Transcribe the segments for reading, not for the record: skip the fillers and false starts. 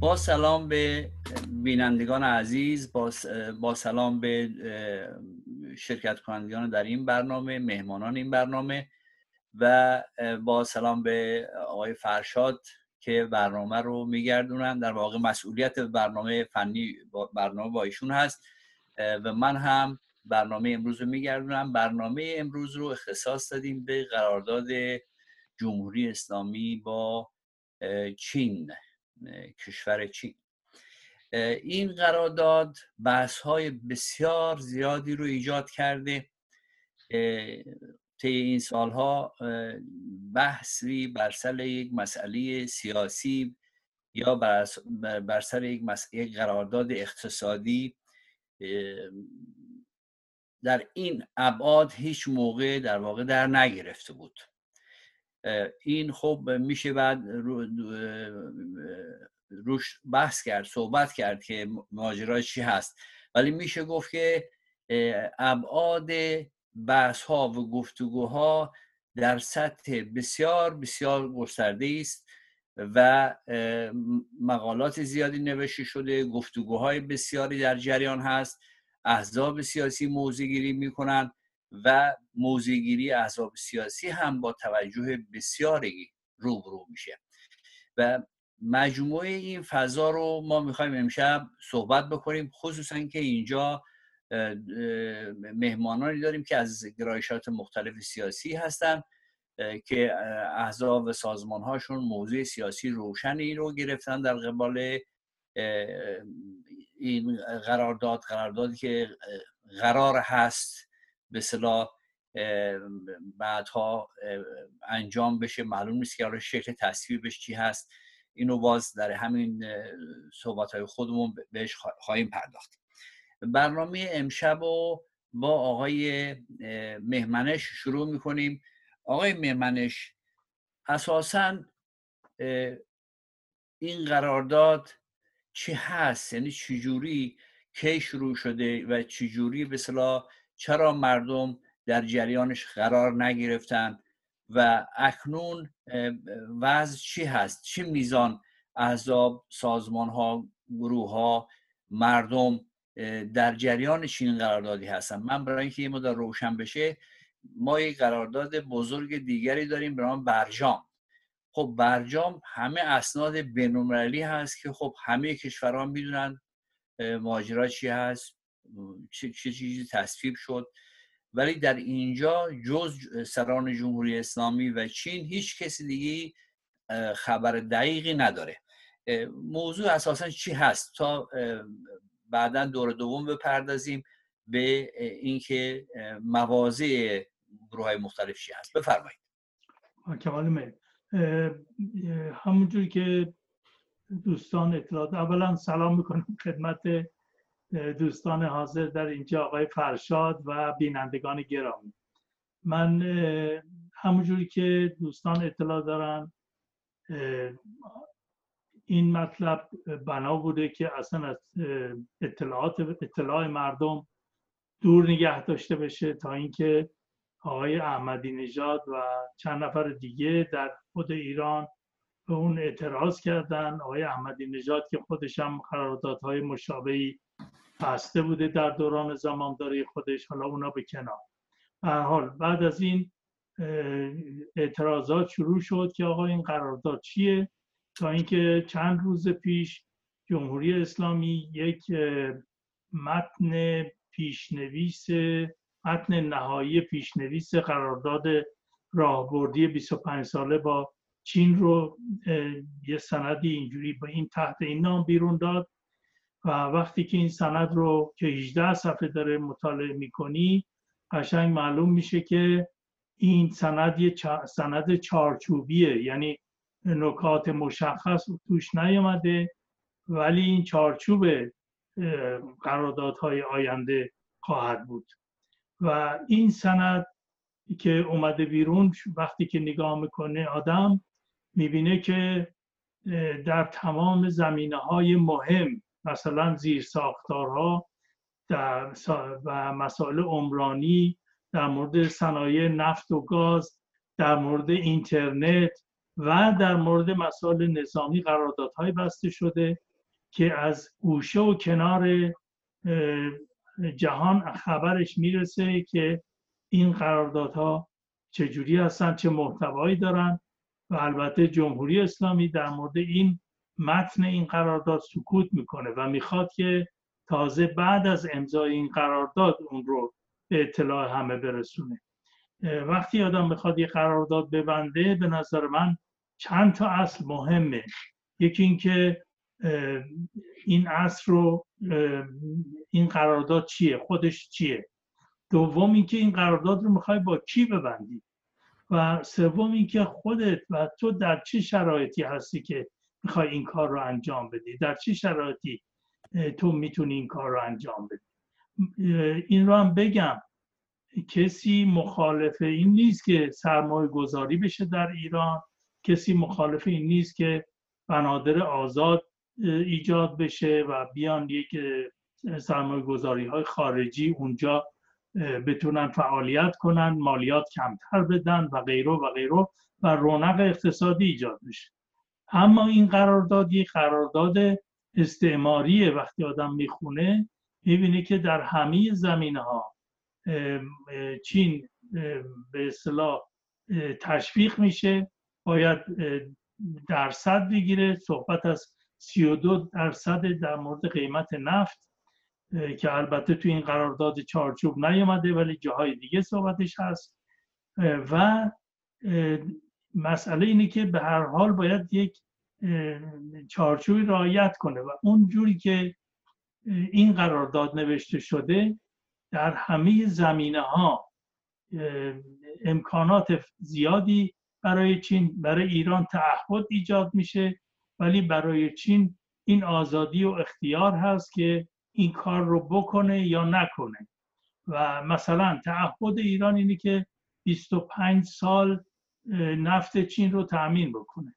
با سلام به بینندگان عزیز، با سلام به شرکت کنندگان در این برنامه، مهمانان این برنامه، و با سلام به آقای فرشاد که برنامه رو میگردونن. در واقع مسئولیت برنامه فنی برنامه با ایشون هست و من هم برنامه امروز رو میگردونم. برنامه امروز رو اختصاص دادیم به قرارداد جمهوری اسلامی با چین، کشور چین. این قرارداد بحث‌های بسیار زیادی رو ایجاد کرده. طی این سالها بحثی بر سر یک مسئله سیاسی یا بر سر یک قرارداد اقتصادی در این ابعاد هیچ موقع در واقع در نگرفته بود. این خب میشه بعد روش بحث کرد، صحبت کرد که ماجرا چی هست، ولی میشه گفت که ابعاد بحث ها و گفتگوها در سطح بسیار بسیار گسترده است و مقالات زیادی نوشته شده، گفتگوهای بسیاری در جریان هست. احزاب سیاسی موضع‌گیری میکنن و موضع‌گیری احزاب سیاسی هم با توجه بسیاری روبرو میشه و مجموعه این فضا رو ما میخوایم امشب صحبت بکنیم، خصوصا که اینجا مهمانانی داریم که از گرایشات مختلف سیاسی هستن که احزاب و سازمان هاشون موضوع سیاسی روشنی رو گرفتن در قبال این قراردادی که قرار هست به اصطلاح بعدها انجام بشه. معلوم نیست که شکل تصویبش چی هست. اینو باز در همین صحبت‌های خودمون بهش خواهیم پرداخت. برنامه امشب رو با آقای مهمنش شروع میکنیم. آقای مهمنش، اساساً این قرارداد چی هست؟ یعنی چجوری، کی شروع شده و چجوری به اصطلاح چرا مردم در جریانش قرار نگرفتن و اکنون وضع چی هست؟ چه میزان احزاب، سازمان ها، گروه ها، مردم در جریان چین قراردادی هستن؟ من برای اینکه یه مقدار روشن بشه، ما یک قرارداد بزرگ دیگری داریم به نام برجام. خب برجام همه اسناد بین‌المللی هست که خب همه کشورها میدونن ماجرا چی هست، چه چیزی تصویب شد، ولی در اینجا جز سران جمهوری اسلامی و چین هیچ کسی دیگه خبر دقیقی نداره. موضوع اساسا چی هست تا بعداً دور دوم بپردازیم به اینکه مواضع گروه‌های مختلف چی هست. بفرمایید. کمال میل، همونجوری که دوستان اطلاعات، اولا سلام میکنم خدمت دوستان حاضر در اینجا، آقای فرشاد و بینندگان گرامی. من همونجوری که دوستان اطلاع دارن این مطلب بنا بوده که اصلا از اطلاع مردم دور نگه داشته بشه تا اینکه آقای احمدی نژاد و چند نفر دیگه در خود ایران به اون اعتراض کردن. آقای احمدی نژاد که خودش هم قراردادهای مشابهی بسته بوده در دوران زمامداری خودش، حالا اونا به کنار. به هر حال بعد از این اعتراضات شروع شد که آقا این قرارداد چیه، تا اینکه چند روز پیش جمهوری اسلامی یک متن نهایی پیشنویس قرارداد راهبردی 25 ساله با چین رو یه سندی اینجوری با این تحت این نام بیرون داد و وقتی که این سند رو که 18 صفحه داره مطالعه میکنی قشنگ معلوم میشه که این سند یه سند چارچوبیه، یعنی نکات مشخص توش نیامده ولی این چارچوب قراردادهای آینده خواهد بود. و این سند که اومده بیرون وقتی که نگاه میکنه آدم میبینه که در تمام زمینه‌های مهم، مثلا زیرساختارها و مسائل عمرانی، در مورد صنایع نفت و گاز، در مورد اینترنت و در مورد مسائل نظامی قراردادهای بسته شده که از گوشه و کنار جهان خبرش میرسه که این قراردادها چجوری هستن، چه محتوایی دارن. و البته جمهوری اسلامی در مورد این متن این قرارداد سکوت میکنه و میخواد که تازه بعد از امضای این قرارداد اون رو به اطلاع همه برسونه. وقتی آدم میخواد یه قرارداد ببنده، به نظر من چند تا اصل مهمه. یکی این که این اصل رو، این قرارداد چیه، خودش چیه. دوم این که این قرارداد رو میخوای با کی ببندی. و سوم این که خودت و تو در چه شرایطی هستی که میخوای این کار رو انجام بدی، در چه شرایطی تو میتونی این کار رو انجام بدی. این رو هم بگم، کسی مخالف این نیست که سرمایه گذاری بشه در ایران، کسی مخالف این نیست که بنادر آزاد ایجاد بشه و بیان یک سرمایه گذاری های خارجی اونجا بتونن فعالیت کنن، مالیات کمتر بدن و غیره و غیره و رونق اقتصادی ایجاد بشه. اما این قرارداد یک قرارداد استعماریه. وقتی آدم میخونه میبینه که در همه زمینه‌ها چین به اصطلاح تشویق میشه، باید درصد بگیره. صحبت از 32% در مورد قیمت نفت که البته تو این قرارداد چارچوب نیامده ولی جاهای دیگه صحبتش هست. و مسئله اینه که به هر حال باید یک چارچوبی رعایت کنه و اون جوری که این قرارداد نوشته شده در همه زمینه‌ها امکانات زیادی برای چین، برای ایران تعهد ایجاد میشه، ولی برای چین این آزادی و اختیار هست که این کار رو بکنه یا نکنه. و مثلا تعهد ایران اینه که 25 سال نفت چین رو تأمین بکنه.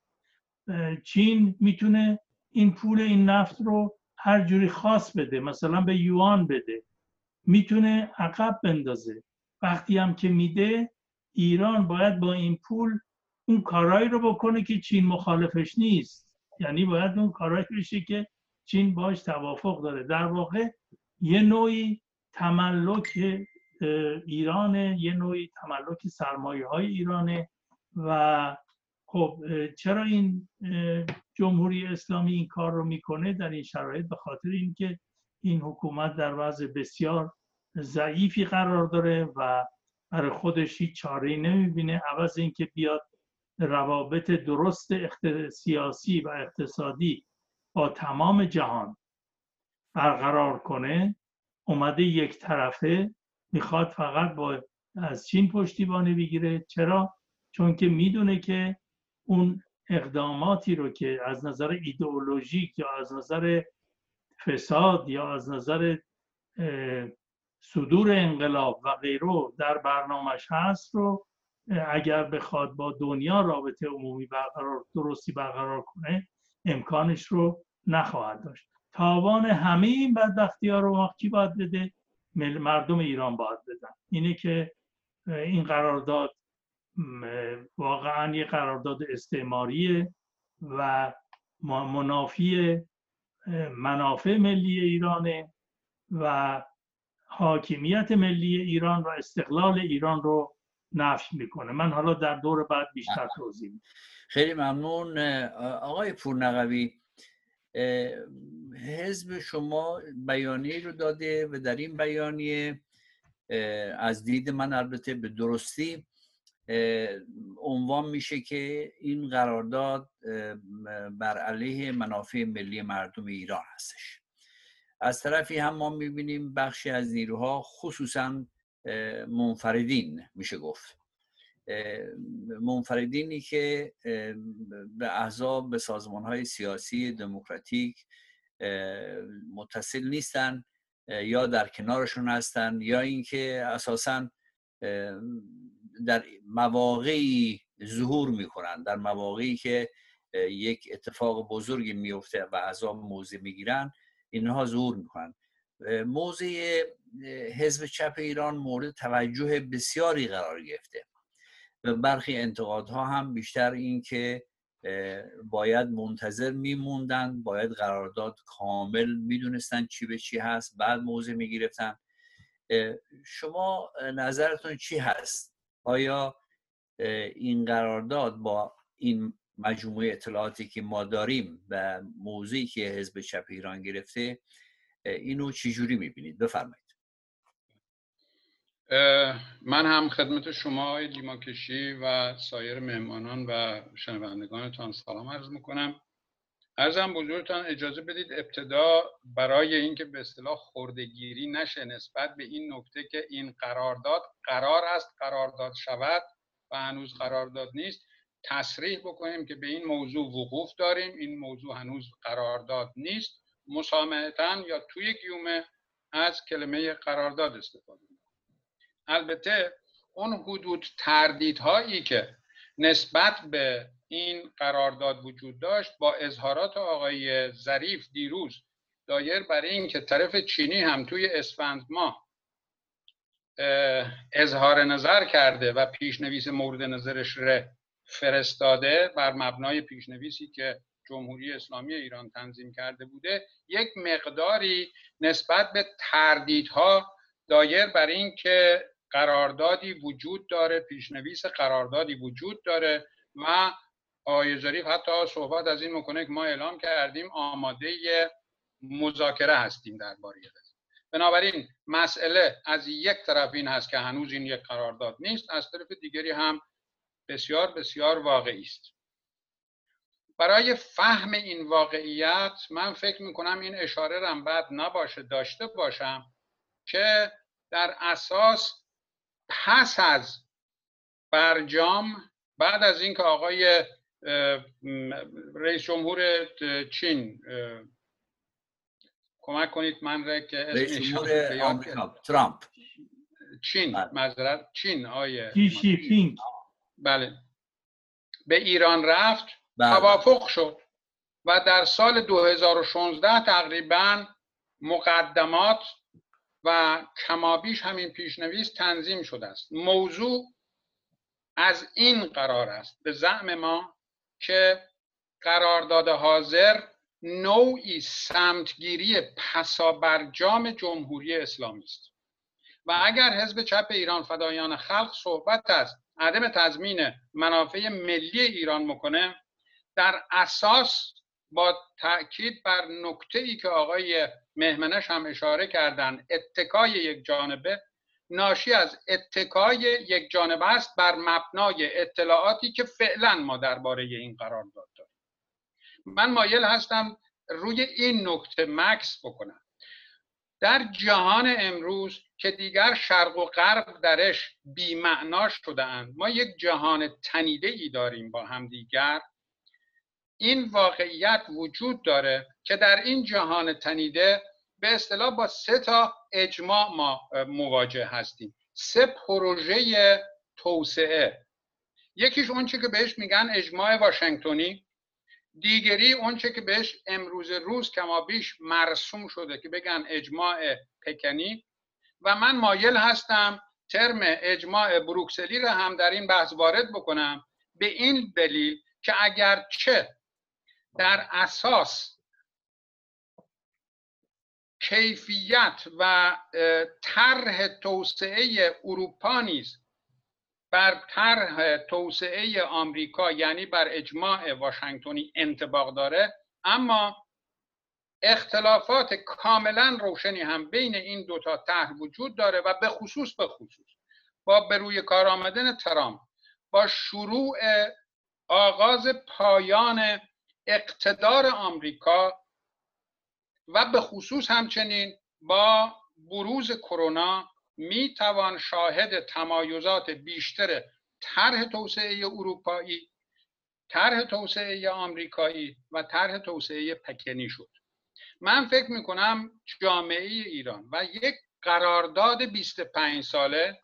چین میتونه این پول این نفت رو هر جوری خاص بده، مثلا به یوان بده، میتونه عقب بندازه. وقتی هم که میده، ایران باید با این پول اون کارهایی رو بکنه که چین مخالفش نیست. یعنی باید اون کارهایی بشه که چین باش توافق داره. در واقع یه نوعی تملک ایرانه، یه نوعی تملک سرمایه های ایرانه. و خب چرا این جمهوری اسلامی این کار رو میکنه در این شرایط؟ به خاطر اینکه این حکومت در وضع بسیار ضعیفی قرار داره و برای خودش هیچ چاره‌ای نمیبینه. عوض اینکه بیاد روابط درست سیاسی و اقتصادی با تمام جهان برقرار کنه، اومده یک طرفه میخواد فقط از چین پشتیبانی بگیره. چرا؟ چون که میدونه که اون اقداماتی رو که از نظر ایدئولوژیک یا از نظر فساد یا از نظر صدور انقلاب و غیره در برنامه‌اش هست رو اگر بخواد با دنیا رابطه عمومی درستی برقرار کنه، امکانش رو نخواهد داشت. تاوان همه این بدبختی‌ها رو کی باید بده؟ مردم ایران باید بدن. اینه که این قرارداد واقعا یه قرارداد استعماریه و منافی منافع ملی ایرانه و حاکمیت ملی ایران و استقلال ایران رو نفی میکنه. من حالا در دور بعد بیشتر توضیح میدم. خیلی ممنون آقای پورنقوی. حزب شما بیانیه رو داده و در این بیانیه از دید من البته به درستی عنوان میشه که این قرارداد بر علیه منافع ملی مردم ایران هستش. از طرفی هم ما میبینیم بخشی از نیروها، خصوصا منفردین، میشه گفت منفردینی که به احزاب، به سازمانهای سیاسی دموکراتیک متصل نیستن یا در کنارشون هستن، یا اینکه اساساً در مواقعی ظهور میکنن، در مواقعی که یک اتفاق بزرگی میفته و احزاب موضع میگیرن، اینها ظهور میکنن. موضع حزب چپ ایران مورد توجه بسیاری قرار گرفته و برخی انتقادها هم بیشتر این که باید منتظر میموندن، باید قرارداد کامل میدونستن چی به چی هست، بعد موضع میگرفتن. شما نظرتون چی هست؟ آیا این قرارداد با این مجموعه اطلاعاتی که ما داریم و موضعی که حزب چپ ایران گرفته، اینو چجوری میبینید؟ بفرمایید. من هم خدمت شما آقای لیماکشی و سایر مهمانان و شنوندگانتان سلام عرض میکنم. عرضم بزرگتان اجازه بدید ابتدا برای اینکه به اصطلاح خردگیری نشه نسبت به این نکته که این قرارداد قرار است قرارداد شود و هنوز قرارداد نیست، تصریح بکنیم که به این موضوع وقوف داریم، این موضوع هنوز قرارداد نیست، مسامحتاً یا توی گیومه از کلمه قرارداد استفاده کنیم. البته اون حدود تردیدهایی که نسبت به این قرارداد وجود داشت با اظهارات آقای ظریف دیروز دایر برای این که طرف چینی هم توی اسفند ماه اظهار نظر کرده و پیشنویس مورد نظرش فرستاده بر مبنای پیشنویسی که جمهوری اسلامی ایران تنظیم کرده بوده، یک مقداری نسبت به تردیدها دایر بر این که قراردادی وجود داره، پیشنویس قراردادی وجود داره و آقای ظریف حتی صحبت از این میکنه که ما اعلام کردیم آماده مذاکره هستیم درباره این. بنابراین مسئله از یک طرف این هست که هنوز این یک قرارداد نیست، از طرف دیگری هم بسیار بسیار واقعی است. برای فهم این واقعیت من فکر میکنم این اشاره را بعد نباشه داشته باشم که در اساس پس از برجام، بعد از اینکه آقای رئیس جمهور چین، کمک کنید من را که رئیس جمهور آمریکا ترامپ، چین معذرت چین آقای شی پینگ، بله، به ایران رفت، توافق شد و در سال 2016 تقریبا مقدمات و کمابیش همین پیشنویس تنظیم شده است. موضوع از این قرار است به زعم ما که قرارداد حاضر نوعی سمتگیری پسابرجام جمهوری اسلامی است و اگر حزب چپ ایران فدایان خلق صحبت از عدم تضمین منافع ملی ایران میکنه، در اساس با تأکید بر نکته‌ای که آقای مهمنش هم اشاره کردن، اتکای یک جانبه، ناشی از اتکای یک جانبه است بر مبنای اطلاعاتی که فعلا ما درباره این قرارداد داریم. من مایل هستم روی این نکته مکث بکنم. در جهان امروز که دیگر شرق و غرب درش بی‌معنا شده‌اند، ما یک جهان تنیده ای داریم با هم دیگر. این واقعیت وجود داره که در این جهان تنیده به اصطلاح با 3 تا اجماع ما مواجه هستیم، 3 پروژه توسعه. یکیش اون چه که بهش میگن اجماع واشنگتنی، دیگری اون چه که بهش امروز روز کمابیش مرسوم شده که بگن اجماع پکنی، و من مایل هستم ترم اجماع بروکسلی رو هم در این بحث وارد بکنم، به این دلیل که اگرچه در اساس کیفیت و طرح توسعه اروپا نیز بر طرح توسعه آمریکا یعنی بر اجماع واشنگتنی انطباق داره، اما اختلافات کاملا روشنی هم بین این 2 تا طرح وجود داره و به خصوص با به روی کار آمدن ترامپ، با شروع آغاز پایان اقتدار آمریکا و به خصوص همچنین با بروز کرونا می توان شاهد تمایزات بیشتر طرح توسعه اروپایی، طرح توسعه آمریکایی و طرح توسعه پکنی شد. من فکر می کنم جامعه ایران و یک قرارداد 25 ساله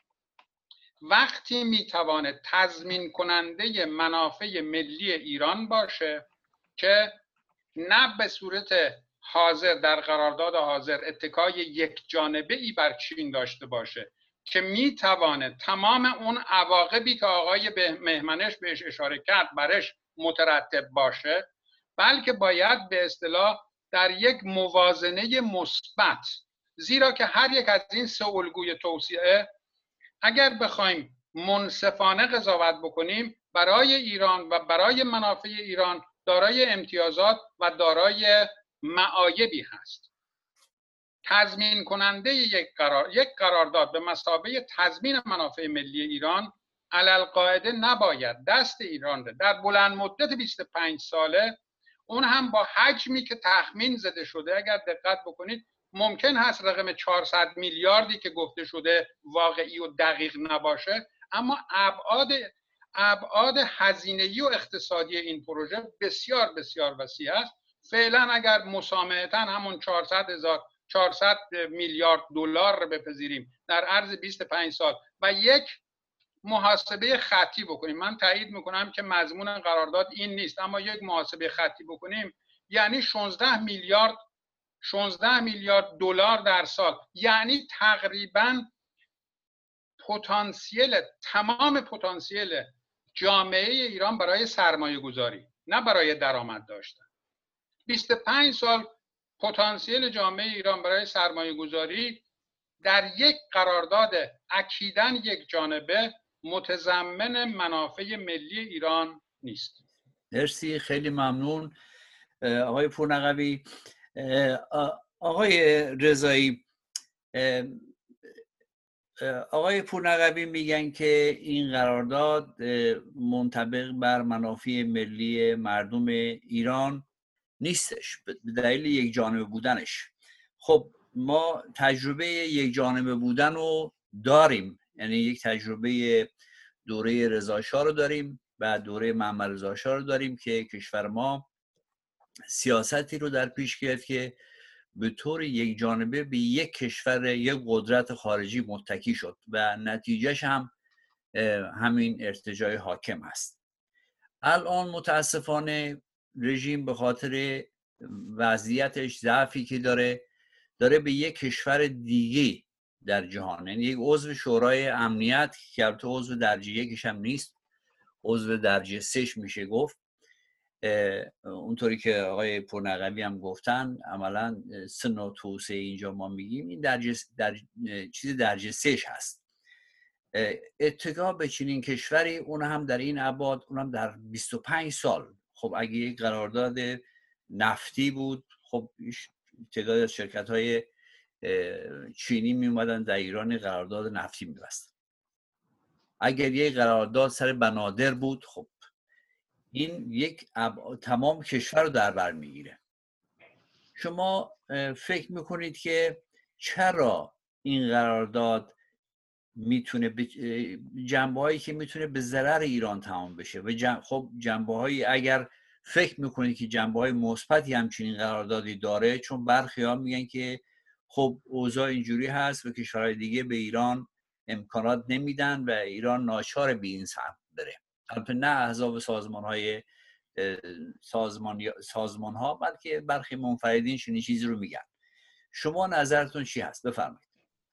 وقتی می تواند تضمین کننده منافع ملی ایران باشه که نه به صورت حاضر در قرارداد حاضر اتکای یک جانبه ای بر چین داشته باشه که میتوانه تمام اون عواقبی که آقای مهمنش بهش اشاره کرد برش مترتب باشه، بلکه باید به اصطلاح در یک موازنه مثبت، زیرا که هر یک از این سه الگوی توسعه اگر بخوایم منصفانه قضاوت بکنیم برای ایران و برای منافع ایران دارای امتیازات و دارای معایبی هست. تضمین کننده یک قرارداد به مثابه تضمین منافع ملی ایران علالقاعده نباید دست ایران را در بلند مدت 25 ساله، اون هم با حجمی که تخمین زده شده، اگر دقت بکنید ممکن هست رقم 400 میلیاردی که گفته شده واقعی و دقیق نباشه، اما ابعاد هزینه‌ای و اقتصادی این پروژه بسیار بسیار وسیع است. فعلا اگر مسامحتاً همون 400 میلیارد دلار رو بپذیریم در عرض 25 سال و یک محاسبه خطی بکنیم، من تایید میکنم که مضمون قرارداد این نیست، اما یک محاسبه خطی بکنیم، یعنی 16 میلیارد دلار در سال، یعنی تقریباً تمام پتانسیل جامعه ایران برای سرمایه گذاری، نه برای درآمد داشتن. 25 سال پتانسیل جامعه ایران برای سرمایه گذاری در یک قرارداد اکیداً یک جانبه متضمن منافع ملی ایران نیست. مرسی، خیلی ممنون آقای پورنقوی. آقای رضایی، آقای پورنقوی میگن که این قرارداد منطبق بر منافع ملی مردم ایران نیستش به دلیل یک جانبه بودنش. خب ما تجربه یک جانبه بودن رو داریم، یعنی یک تجربه دوره رضا شاه رو داریم و دوره محمد رضا شاه رو داریم که کشور ما سیاستی رو در پیش گرفت که به طور یک جانبه به یک کشور، یک قدرت خارجی متکی شد و نتیجهش هم همین ارتجاع حاکم هست. الان متاسفانه رژیم به خاطر وضعیتش، ضعفی که داره به یک کشور دیگه در جهان، یعنی یک عضو شورای امنیت که البته عضو درجه یکش هم نیست، عضو درجه 3 میشه گفت، اونطوری که آقای پورنقوی هم گفتن عملا سن و توسعه اینجا ما میگیم این چیز درجه 3 هست. اتکا به چنین کشوری، اون هم در این ابعاد، اون هم در 25 سال. خب اگه یک قرارداد نفتی بود، خب تعداد از شرکت‌های چینی میومدن در ایران قرارداد نفتی می‌بستن. اگر یک قرارداد سر بنادر بود، خب این یک تمام کشور رو در بر میگیره. شما فکر میکنید که چرا این قرارداد میتونه جنبه‌هایی که میتونه به ضرر ایران تمام بشه و خب جنبه‌هایی، اگر فکر میکنید که جنبه‌های مثبتی همچنین قراردادی داره، چون برخی‌ها میگن که خب اوضاع اینجوری هست و کشورهای دیگه به ایران امکانات نمیدن و ایران ناچار به این سمت بره. البته نه احزاب سازمان ها بلکه برخی منفردین چنین چیزی رو میگن. شما نظرتون چی هست؟ بفرمایید.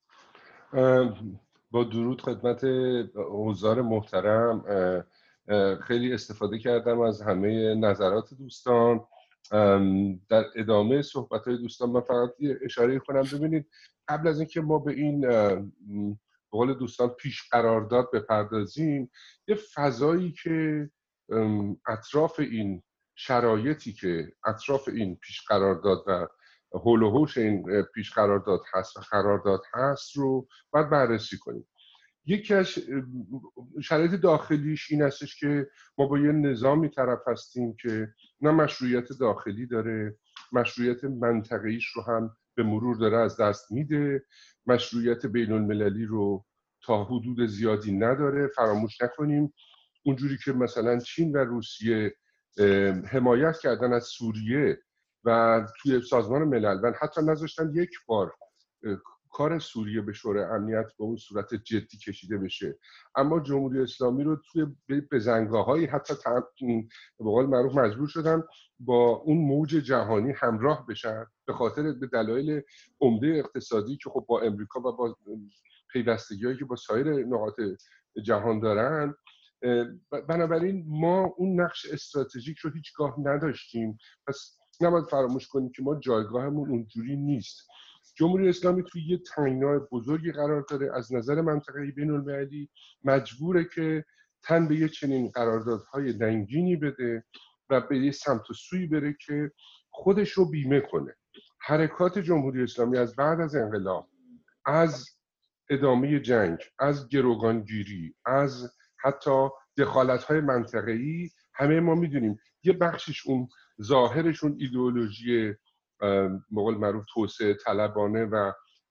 با درود خدمت حضار محترم، خیلی استفاده کردم از همه نظرات دوستان. در ادامه صحبت‌های دوستان من فقط اشاره کنم، ببینید قبل از اینکه ما به این به قول دوستان پیش قرارداد بپردازیم، یه فضایی که اطراف این شرایطی که اطراف این پیش قرارداد و حول و حوش این پیش قرارداد هست و قرارداد هست رو باید بررسی کنیم. یکی از شرایط داخلیش این هستش که ما با یه نظامی طرف هستیم که نه مشروعیت داخلی داره، مشروعیت منطقه‌ایش رو هم به مرور داره از دست میده، مشروعیت بین المللی رو تا حدود زیادی نداره. فراموش نکنیم اونجوری که مثلا چین و روسیه حمایت کردن از سوریه و توی سازمان ملل و حتی نذاشتن یک بار کار سوریه به شورای امنیت به اون صورت جدی کشیده بشه، اما جمهوری اسلامی رو توی بزنگاه‌هایی حتی به قول معروف مجبور شدن با اون موج جهانی همراه بشن به خاطر به دلایل عمده اقتصادی که خب با امریکا و با پیوستگی‌هایی که با سایر نقاط جهان دارن. بنابراین ما اون نقش استراتژیک رو هیچگاه نداشتیم. پس نباید فراموش کنیم که ما جایگاهمون اونجوری نیست. جمهوری اسلامی توی یه تنگنای بزرگی قرار داره، از نظر منطقه‌ای بین‌المللی مجبوره که تن به یه چنین قراردادهای ننگینی بده و به یه سمت و سوی بره که خودش رو بیمه کنه. حرکات جمهوری اسلامی از بعد از انقلاب، از ادامه جنگ، از گروگانگیری، از حتی دخالت‌های منطقه‌ای، همه ما میدونیم یه بخشش اون ظاهرشون ایدئولوژی به قول معروف توسعه طلبانه و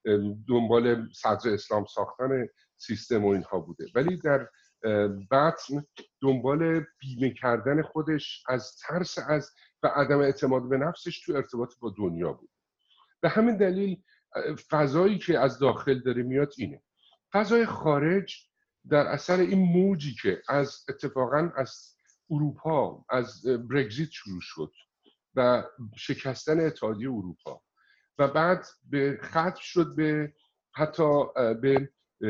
دنبال صدر اسلام ساختن سیستم و اینها بوده، ولی در بطن دنبال بیمه کردن خودش از ترس از و عدم اعتماد به نفسش تو ارتباط با دنیا بود. به همین دلیل فضایی که از داخل داره میاد اینه. فضای خارج در اثر این موجی که اتفاقاً از اروپا، از برگزیت شروع شد و شکستن اتحادیه اروپا و بعد به ختم شد به حتی به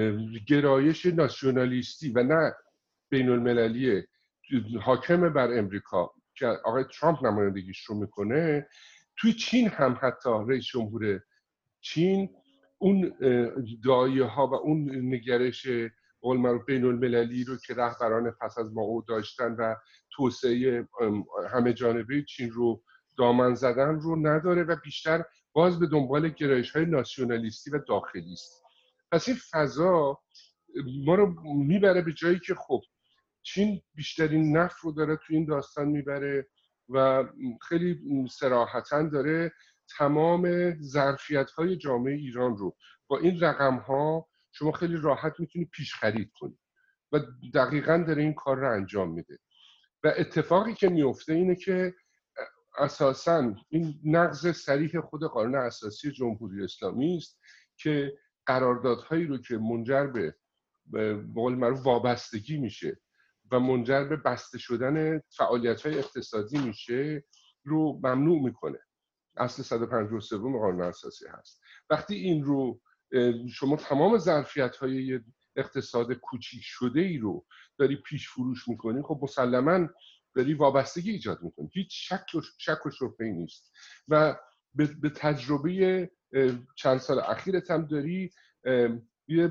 گرایش ناسیونالیستی و نه بین المللی حاکم بر امریکا که آقای ترامپ نمایندگیش رو میکنه، توی چین هم حتی رئیس جمهور چین اون دعایه ها و اون نگرش قول معروف بین المللی رو که رهبران پس از مائو داشتن و توسعه همه جانبه چین رو دامن زدن رو نداره و بیشتر باز به دنبال گرایش های ناسیونالیستی و داخلی است. پس این فضا ما رو میبره به جایی که خب چین بیشترین نفع رو داره تو این داستان میبره و خیلی صراحتاً داره تمام ظرفیت‌های جامعه ایران رو با این رقم‌ها شما خیلی راحت میتونید پیش خرید کنید و دقیقاً داره این کار رو انجام میده. و اتفاقی که میفته اینه که اساساً این نقض صریح خود قانون اساسی جمهوری اسلامی است که قراردادهایی رو که منجر به قول معروف وابستگی میشه و منجر به بسته شدن فعالیت‌های اقتصادی میشه رو ممنوع میکنه. اصل 153 قانون اساسی هست. وقتی این رو شما تمام ظرفیت‌های اقتصاد کوچیک شده ای رو داری پیش فروش میکنی، خب مسلماً داری وابستگی ایجاد میکنی. هیچ شک و شبهه‌ای نیست و به تجربه چند سال اخیرت هم داری یه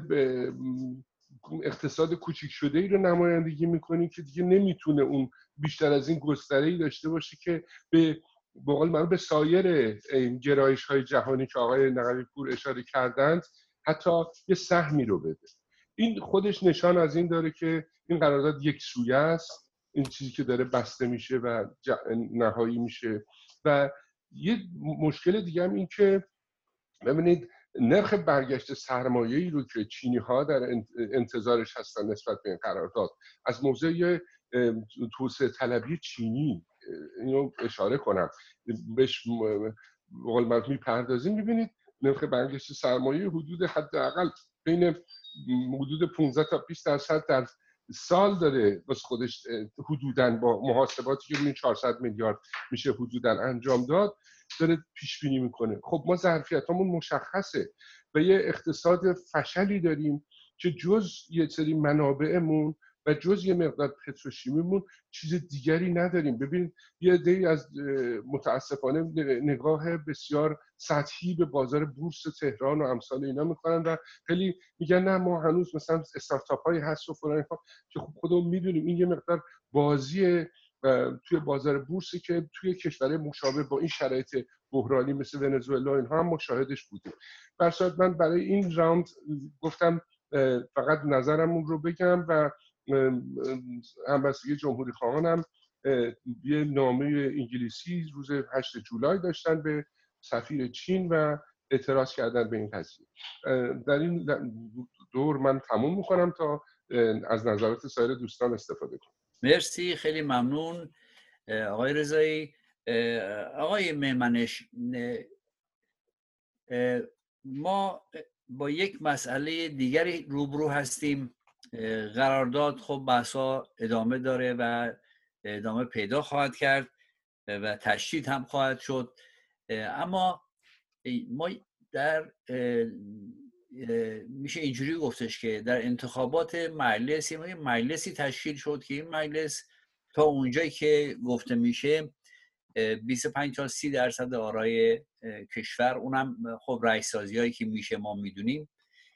اقتصاد کوچیک شده ای رو نمایندگی میکنی که دیگه نمیتونه اون بیشتر از این گستره‌ای داشته باشه که به قول معروف به سایر گرایش های جهانی که آقای نقوی پور اشاره کردند حتی یه سهمی رو بده. این خودش نشان از این داره که این قرارداد یک سویه است، این چیزی که داره بسته میشه و نهایی میشه. و یه مشکل دیگه هم این که ببینید نرخ برگشت سرمایه‌ای رو که چینی‌ها در انتظارش هستن نسبت به این قرارداد از موضع توسعه طلبی چینی، اینو اشاره کنم بهش قول معروف میپردازیم، می‌بینید نرخ برگشت سرمایه حدود حداقل بین حدود 15 تا 20% در سال داره واسه خودش حدوداً با محاسباتی که روی 400 میلیارد میشه حدوداً انجام داد داره پیش بینی میکنه. خب ما ظرفیتامون مشخصه و یه اقتصاد فشلی داریم که جز یه سری منابعمون و جز یه مقدار پتروشیمیمون چیز دیگری نداریم. ببینید یه عده‌ای از متاسفانه نگاه بسیار سطحی به بازار بورس تهران و امثال اینا میکنن و خیلی میگن نه ما هنوز مثلا استارتاپ هایی هست و فلان که خب خودمون میدونیم این یه مقدار بازی توی بازار بورسی که توی کشورهای مشابه با این شرایط بحرانی مثل ونزوئلا اینها هم مشاهدش بودیم. در صورت من برای این راوند گفتم فقط نظرمون رو بگم و همبستگی جمهوری خواهانم یه نامه انگلیسی روز 8 جولای داشتن به سفیر چین و اعتراض کردن به این قضیه. در این دور من تموم میکنم تا از نظرات سایر دوستان استفاده کنم. مرسی، خیلی ممنون آقای رضایی. آقای میمنش، ما با یک مسئله دیگری روبرو هستیم. قرارداد خب بحثا ادامه داره و ادامه پیدا خواهد کرد و تشدید هم خواهد شد، اما ما در میشه اینجوری گفتش که در انتخابات مجلسی تشکیل شد که این مجلس تا اونجایی که گفته میشه 25 تا 30% آرای کشور، اونم خب رأی سازی هایی که میشه ما میدونیم.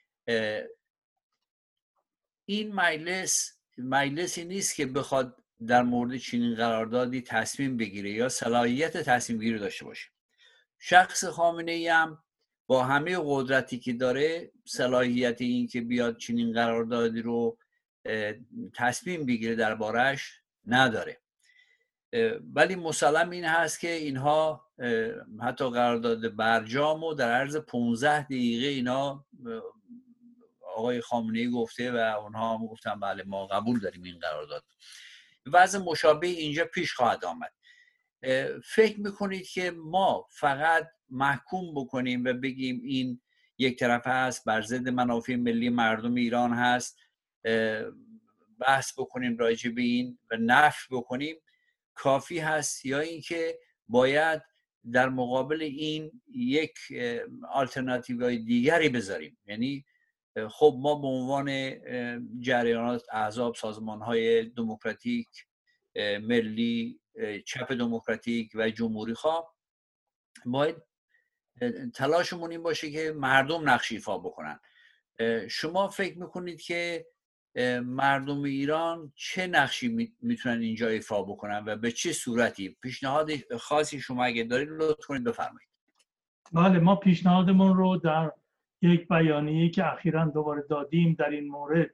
این مجلسی نیست که بخواد در مورد چنین قراردادی تصمیم بگیره یا صلاحیت تصمیم گیری داشته باشه. شخص خامنه‌ای هم با همه قدرتی که داره صلاحیت این که بیاد چنین قراردادی رو تصمیم بگیره دربارش نداره. ولی مسلم این هست که اینها حتی قرارداد برجام و در عرض 15 دقیقه اینا آقای خامنه‌ای گفته و اونها هم گفتن بله ما قبول داریم این قرارداد. وضع مشابه اینجا پیش خواهد آمد. فکر میکنید که ما فقط محکوم بکنیم و بگیم این یک طرفه هست، بر ضد منافع ملی مردم ایران هست، بحث بکنیم راجع به این و نفی بکنیم کافی هست، یا اینکه باید در مقابل این یک آلترناتیوهای دیگری بذاریم؟ یعنی خب ما به عنوان جریانات، احزاب، سازمان‌های دموکراتیک، ملی، چپ دموکراتیک و جمهوری خواه باید تلاشمون این باشه که مردم نقش ایفا بکنن. شما فکر میکنید که مردم ایران چه نقشی میتونن اینجا ایفا بکنن و به چه صورتی؟ پیشنهاد خاصی شما اگه دارید لطف کنید بفرمایید. بله، ما پیشنهادمون رو در یک بیانیه‌ای که اخیراً دوباره دادیم در این مورد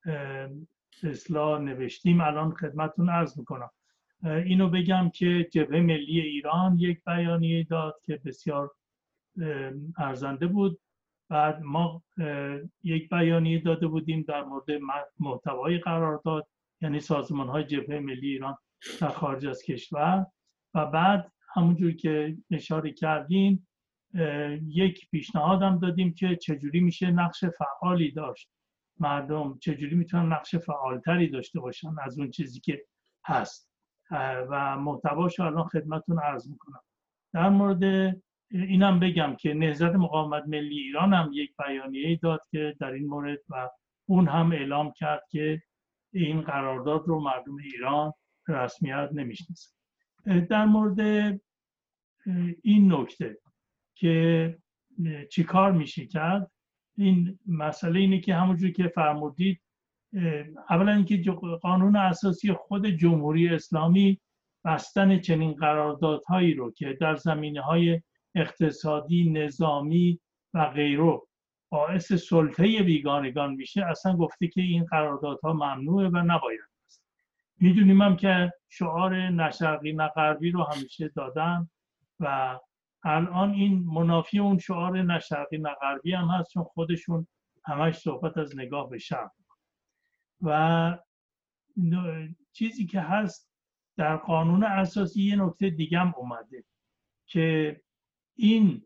اصلاح نوشتیم، الان خدمتتون عرض میکنم. اینو بگم که جبهه ملی ایران یک بیانیه داد که بسیار ارزنده بود. بعد ما یک بیانیه داده بودیم در مورد محتوای قرارداد، یعنی سازمان‌های جبهه ملی ایران در خارج از کشور. و بعد همونجور که اشاره کردیم یک پیشنهاد هم دادیم که چجوری میشه نقش فعالی داشت، مردم چجوری میتونن نقش فعالتری داشته باشن از اون چیزی که هست، و محتواشو الان خدمتتون عرض میکنم. در مورد اینم بگم که نهضت مقاومت ملی ایران هم یک بیانیه‌ای داد که در این مورد، و اون هم اعلام کرد که این قرارداد رو مردم ایران رسمیت نمیشناسن. در مورد این نکته که چی کار میشه کرد، این مسئله اینه که همونجور که فرمودید، اولا اینکه قانون اساسی خود جمهوری اسلامی بستن چنین قراردادهایی رو که در زمینه‌های اقتصادی، نظامی و غیره باعث سلطه بیگانگان میشه، اصلا گفته که این قراردادها ممنوعه و نباید است. میدونیم هم که شعار نه شرقی نه غربی رو همیشه دادن و الان این منافی اون شعار نه شرقی نه غربی هم هست، چون خودشون همش صحبت از نگاه به شرق. و چیزی که هست در قانون اساسی یه نکته دیگه هم اومده که این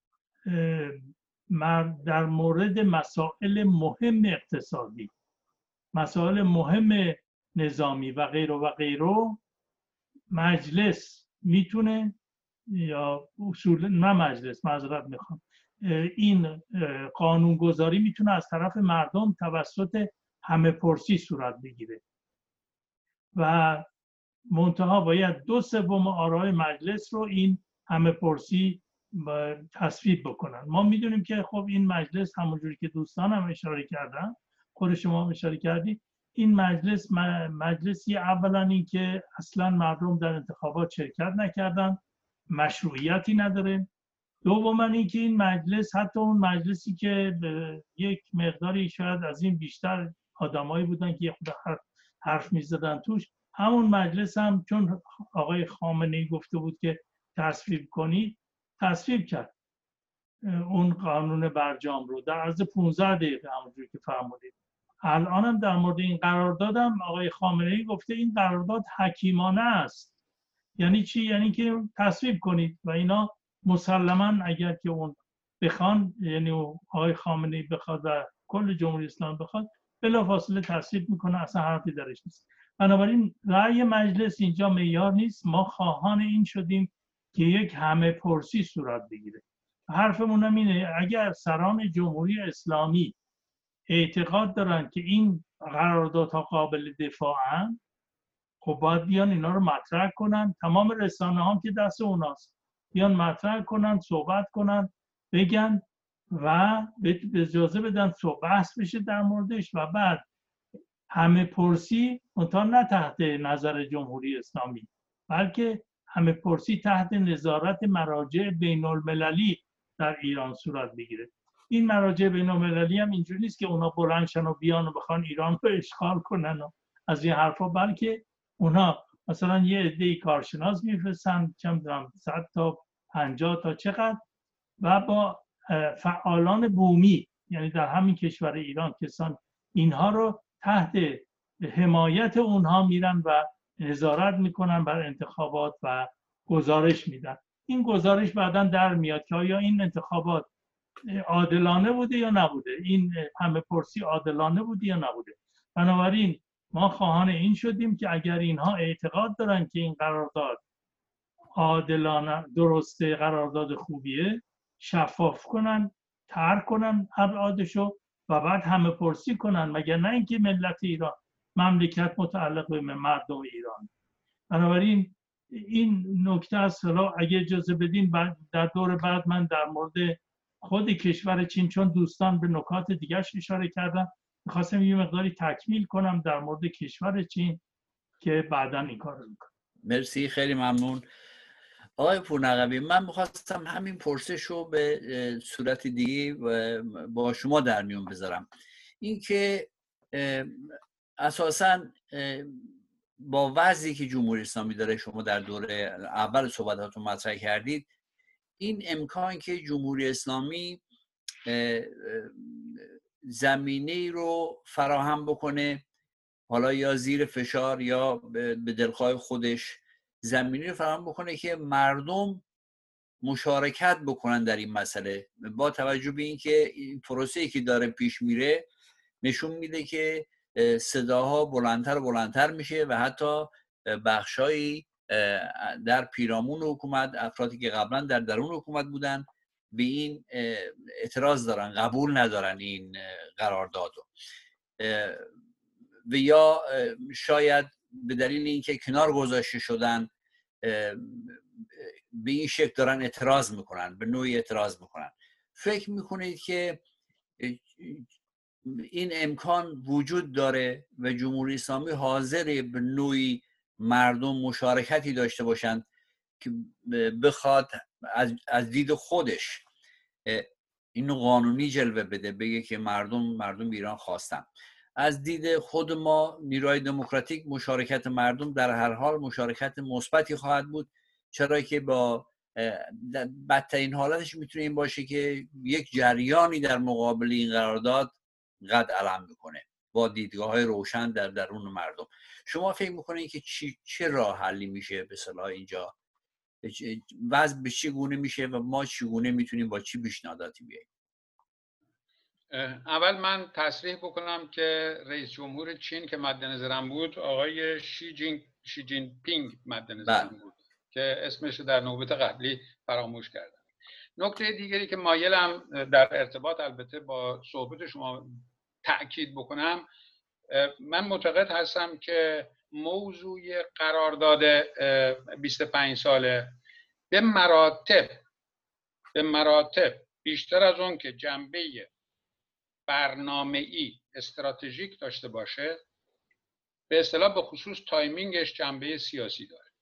در مورد مسائل مهم اقتصادی، مسائل مهم نظامی و غیره مجلس میتونه، یا اصول نه مجلس، معذرت میخوام، این قانونگذاری میتونه از طرف مردم توسط همه پرسی صورت بگیره و منتها باید 2/3 آرای مجلس رو این همه پرسی تصویب بکنن. ما میدونیم که خب این مجلس همونجوری که دوستان هم اشاره کردن، خود شما هم اشاره کردید، این مجلسی اولا این که اصلا مردم در انتخابات شرکت نکردن، مشروعیتی نداره. دوما این که این مجلس، حتی اون مجلسی که یک مقداری شاید از این بیشتر آدمایی بودن که خود حرف میزدن توش، همون مجلس هم چون آقای خامنه‌ای گفته بود که تصویب کنید، تصویب کرد اون قانون برجام رو در عرض 15 دقیقه همونجوری که فرمودید. الان هم در مورد این قرارداد هم آقای خامنه‌ای گفته این قرارداد حکیمانه است. یعنی چی؟ یعنی که تصویب کنید و اینا مسلماً اگر که اون بخوان، یعنی آقای خامنه‌ای بخواد و کل جمهوری اسلامی بخواد، بلافاصله تصویب میکنه، اصلا حرفی درش نیست. بنابراین رأی مجلس اینجا معیار نیست. ما خواهان این شدیم که یک همه پرسی صورت بگیره حرفمون هم اینه اگر سران جمهوری اسلامی اعتقاد دارن که این قراردادها قابل دفاعن، خب باید بیان اینا رو مطرح کنن. تمام رسانه هم که دست اوناست، بیان مطرح کنن، صحبت کنن، بگن و به اجازه بدن بحث بشه در موردش و بعد همه پرسی منتها نه تحت نظر جمهوری اسلامی، بلکه همه پرسی تحت نظارت مراجع بین المللی در ایران صورت بگیره. این مراجع بین المللی هم اینجوری نیست که اونا بلندشن و بیان و بخوان ایران رو اشغال کنن و از این حرفا، بلکه اونا مثلا یه عده کارشناس میفرستن، چه می‌دونم 100 تا 50 تا چقدر، و با فعالان بومی، یعنی در همین کشور ایران کسان، اینها رو تحت حمایت اونها میرن و نظارت میکنن بر انتخابات و گزارش میدن. این گزارش بعداً در میاد که آیا این انتخابات عادلانه بوده یا نبوده، این همه پرسی عادلانه بوده یا نبوده. بنابراین ما خواهان این شدیم که اگر اینها اعتقاد دارن که این قرارداد عادلانه درسته، قرارداد خوبیه، شفاف کنن، طرح کنن ابعادشو و بعد همه پرسی کنن، مگر نه اینکه ملت ایران، مملکت متعلق به مردم ایران. بنابراین این نکته است. اگه اجازه بدین در دور بعد من در مورد خود کشور چین، چون دوستان به نکات دیگرش اشاره کردن، میخواستم یه مقداری تکمیل کنم در مورد کشور چین که بعداً این کار رو میکنم. مرسی، خیلی ممنون آقای پورنقبی. من میخواستم همین پرسش رو به صورت دیگه با شما در میون بذارم. این که اساساً با وضعی که جمهوری اسلامی داره، شما در دوره اول صحبتاتون مطرح کردید، این امکان که جمهوری اسلامی زمینه رو فراهم بکنه، حالا یا زیر فشار یا به دلخواه خودش، زمینه رو فراهم بکنه که مردم مشارکت بکنن در این مسئله، با توجه به اینکه این پروسه‌ای که داره پیش میره نشون میده که صداها بلندتر و بلندتر میشه و حتی بخشایی در پیرامون حکومت، افرادی که قبلا در درون حکومت بودن، به این اعتراض دارن، قبول ندارن این قراردادو، و یا شاید به دلیل اینکه کنار گذاشته شدن به این شکل دارن اعتراض میکنن، به نوعی اعتراض میکنن. فکر میکنید که این امکان وجود داره و جمهوری اسلامی حاضره به نوعی مردم مشارکتی داشته باشند که بخواد از دید خودش اینو قانونی جلوه بده، بگه که مردم ایران خواستن؟ از دید خود ما نیروهای دموکراتیک مشارکت مردم در هر حال مشارکت مثبتی خواهد بود، چرا که با بدترین حالتش میتونه این باشه که یک جریانی در مقابل این قرارداد قد علم میکنه با دیدگاه‌های روشن در درون مردم. شما فکر میکنید که چه راه حلی میشه به اصطلاح اینجا، وضع به چه گونه میشه و ما چگونه میتونیم با چی پیشنهاداتی بیاییم؟ اول من تصریح بکنم که رئیس جمهور چین که مد نظرم بود آقای شی جین پینگ مد نظرم بود که اسمش در نوبت قبلی فراموش کردم. نکته دیگری که مایلم در ارتباط البته با صحبت شما تأکید بکنم، من معتقد هستم که موضوع قرارداد 25 ساله به مراتب بیشتر از اون که جنبه برنامه‌ای استراتژیک داشته باشه، به اصطلاح به خصوص تایمینگش جنبه سیاسی داره.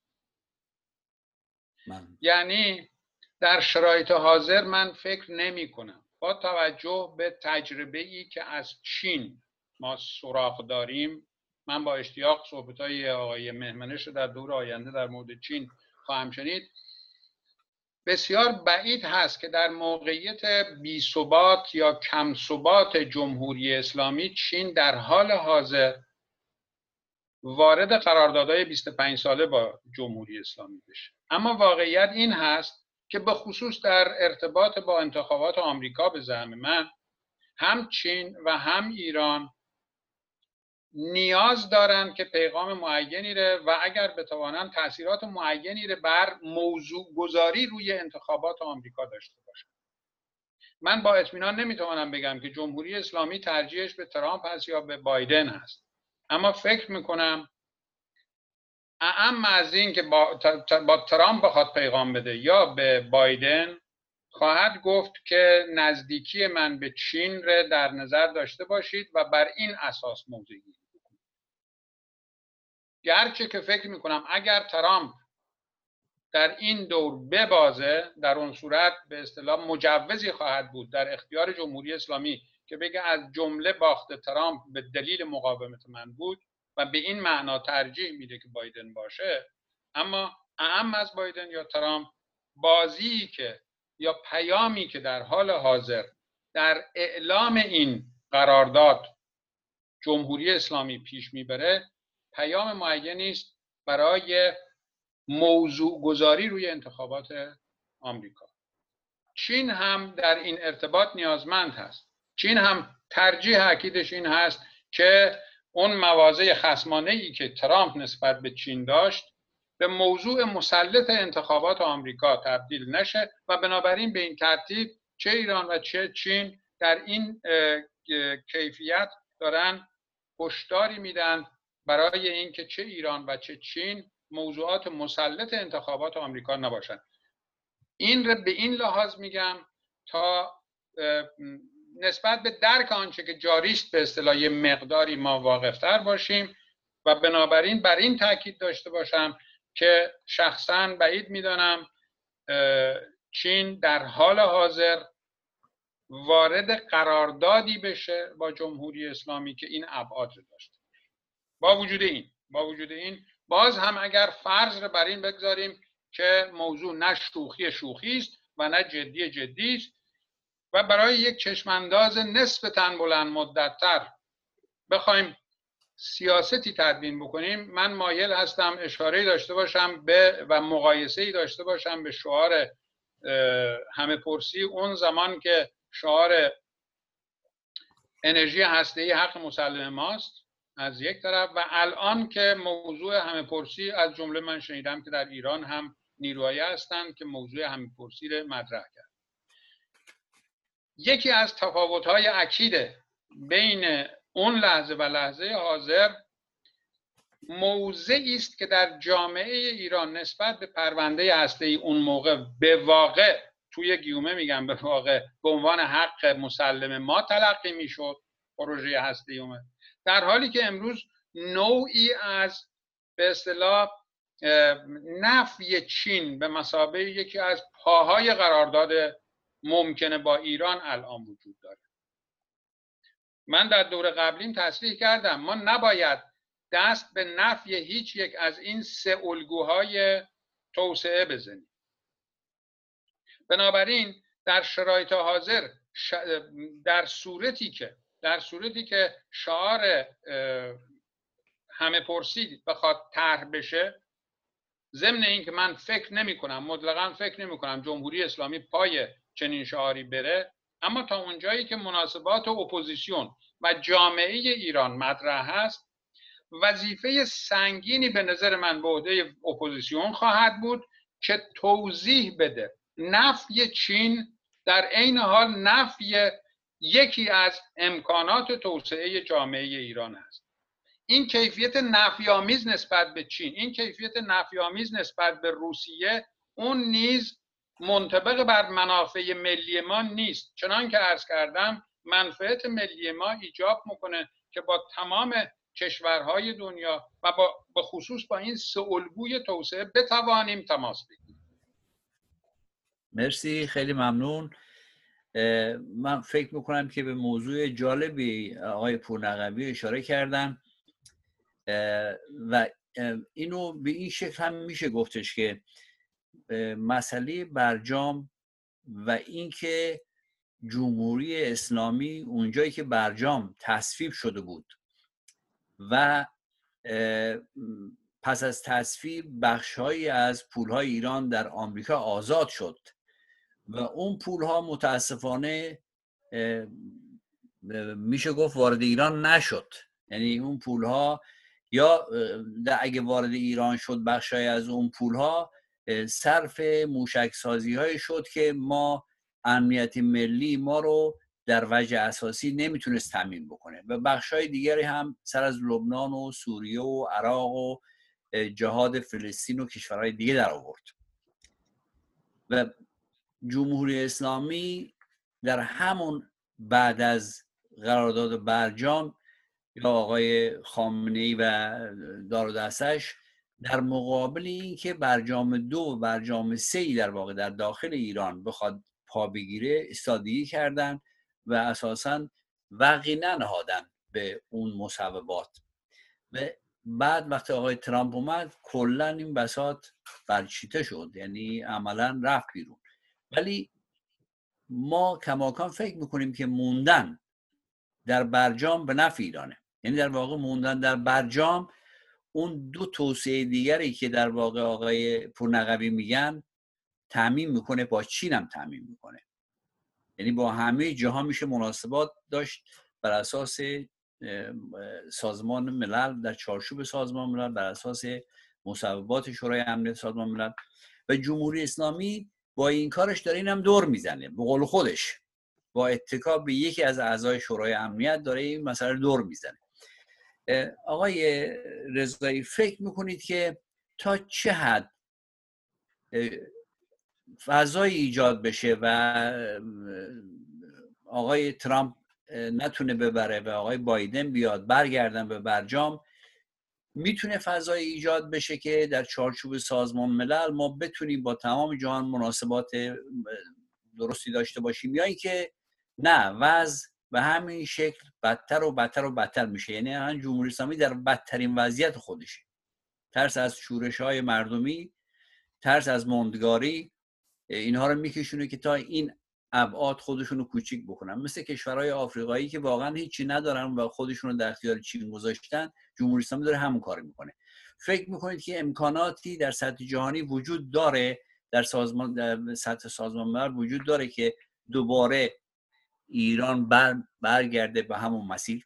یعنی در شرایط حاضر من فکر نمی کنم با توجه به تجربه‌ای که از چین ما سراغ داریم، من با اشتیاق صحبت‌های آقای مهمنش رو در دور آینده در مورد چین خواهم شنید، بسیار بعید هست که در موقعیت بی‌ثبات یا کم ثبات جمهوری اسلامی چین در حال حاضر وارد قراردادهای 25 ساله با جمهوری اسلامی بشه. اما واقعیت این هست که به خصوص در ارتباط با انتخابات آمریکا به زعم من، هم چین و هم ایران نیاز دارن که پیغام معینی رو و اگر بتوانن تاثیرات معینی رو بر موضوع گذاری روی انتخابات آمریکا داشته باشن. من با اطمینان نمیتوانم بگم که جمهوری اسلامی ترجیحش به ترامپ هست یا به بایدن هست، اما فکر میکنم اعم از این که با ترامپ بخواد پیغام بده یا به بایدن، خواهد گفت که نزدیکی من به چین را در نظر داشته باشید و بر این اساس موضع گیری بکنید. گرچه که فکر میکنم اگر ترامپ در این دور ببازه، در اون صورت به اصطلاح مجوزی خواهد بود در اختیار جمهوری اسلامی که بگه از جمله باخت ترامپ به دلیل مقاومت من بود و به این معنا ترجیح میده که بایدن باشه. اما اهم از بایدن یا ترامپ، بازی که یا پیامی که در حال حاضر در اعلام این قرارداد جمهوری اسلامی پیش میبره، پیام معینی است برای موضوع گذاری روی انتخابات آمریکا. چین هم در این ارتباط نیازمند هست. چین هم ترجیح اکیدش این هست که اون مواضع خصمانه‌ای که ترامپ نسبت به چین داشت به موضوع مسلط انتخابات آمریکا تبدیل نشه و بنابراین به این ترتیب چه ایران و چه چین در این کیفیت دارن هشداری میدن برای اینکه چه ایران و چه چین موضوعات مسلط انتخابات آمریکا نباشند. این رو به این لحاظ میگم تا نسبت به درک آنچه که جاری است به اصطلاح یه مقداری ما واقف‌تر باشیم و بنابراین بر این تاکید داشته باشم که شخصاً بعید میدانم چین در حال حاضر وارد قراردادی بشه با جمهوری اسلامی که این ابعاد رو داشته. با وجود این باز هم اگر فرض رو بر این بگذاریم که موضوع نه شوخی است و نه جدی است و برای یک چشمانداز نسبتاً بلند مدت‌تر بخوایم سیاستی تدوین بکنیم، من مایل هستم اشاره‌ای داشته باشم به و مقایسه‌ای داشته باشم به شعار همه پرسی اون زمان که شعار انرژی هسته‌ای حق مسلم ماست از یک طرف و الان که موضوع همه پرسی از جمله من شنیدم که در ایران هم نیروهایی هستند که موضوع همه پرسی رو مطرح کرد. یکی از تفاوت‌های اکید بین اون لحظه و لحظه حاضر موضعی است که در جامعه ایران نسبت به پرونده هسته‌ای اون موقع به واقع توی گیومه میگم به واقع به عنوان حق مسلم ما تلقی میشد پروژه هسته‌ای اومد، در حالی که امروز نوعی از به اصطلاح نفی چین به مثابه یکی از پاهای قرارداد ممکنه با ایران الان وجود داره. من در دور قبلیم تصریح کردم ما نباید دست به نفی هیچ یک از این سه الگوهای توسعه بزنیم. بنابراین در شرایط حاضر در صورتی که شعار همه پرسی بخواد طرح بشه، ضمن اینکه من مطلقاً فکر نمی کنم جمهوری اسلامی پای چنین شعاری بره، اما تا اونجایی که مناسبات اپوزیسیون و جامعه ایران مطرح هست، وظیفه سنگینی به نظر من به عهده اپوزیسیون خواهد بود که توضیح بده نفی چین در عین حال نفی یکی از امکانات توسعه جامعه ایران است. این کیفیت نفی‌آمیز نسبت به چین، این کیفیت نفی‌آمیز نسبت به روسیه، اون نیز منطبق بر منافع ملی ما نیست. چنان که عرض کردم منفعت ملی ما ایجاب میکنه که با تمام کشورهای دنیا و به خصوص با این سه الگوی توسعه بتوانیم تماس بگیریم. مرسی، خیلی ممنون. من فکر میکنم که به موضوع جالبی آقای پورنقوی اشاره کردن و اینو به این شکل هم میشه گفتش که مسئله برجام و اینکه جمهوری اسلامی اونجایی که برجام تصویب شده بود و پس از تصویب بخش‌هایی از پول‌های ایران در آمریکا آزاد شد و اون پول‌ها متاسفانه میشه گفت وارد ایران نشد. یعنی اون پول‌ها یا اگه وارد ایران شد بخشای از اون پول‌ها صرف موشک‌سازی‌های شد که ما امنیت ملی ما رو در وجه اساسی نمیتونست تامین بکنه و بخشای دیگری هم سر از لبنان و سوریه و عراق و جهاد فلسطین و کشورهای دیگه در آورد. و جمهوری اسلامی در همون بعد از قرارداد برجام یا آقای خامنه‌ای و دار و دستش در مقابل این که برجام 2 و برجام 3 در واقع در داخل ایران بخواد پا بگیره ایستادگی کردن و اساساً وقعی ننهادن به اون مصوبات. و بعد وقتی آقای ترامپ اومد کلا این بساط برچیده شد، یعنی عملا رفت بیرون. ولی ما کماکان فکر میکنیم که موندن در برجام به نفع ایرانه. یعنی در واقع موندن در برجام اون دو توسعه دیگری که در واقع آقای پورنقوی میگن تامین میکنه، با چین هم تامین میکنه. یعنی با همه جهان میشه مناسبات داشت بر اساس سازمان ملل، در چارچوب سازمان ملل، بر اساس مصوبات شورای امنیت سازمان ملل. و جمهوری اسلامی با این کارش داره اینم دور میزنه، به قول خودش با اتکا به یکی از اعضای شورای امنیت داره این مسئله دور میزنه. آقای رضایی فکر میکنید که تا چه حد فضای ایجاد بشه و آقای ترامپ نتونه ببره و آقای بایدن بیاد برگردن به برجام، میتونه فضای ایجاد بشه که در چارچوب سازمان ملل ما بتونیم با تمام جهان مناسبات درستی داشته باشیم، یا اینکه نه وضع به همین شکل بدتر و بدتر و بدتر میشه؟ یعنی الان جمهوری اسلامی در بدترین وضعیت خودشه. ترس از شورش‌های مردمی، ترس از موندگاری، اینها رو میکشونه که تا این ابعاد خودشونو کوچیک بکنن. مثل کشورهای آفریقایی که واقعا هیچی ندارن و خودشونو در اختیار چین گذاشتن، جمهوری اسلامی داره همون کارو میکنه. فکر میکنید که امکاناتی در سطح جهانی وجود داره، در سطح سازمان ملل وجود داره که دوباره ایران برگرده به همون مسیر؟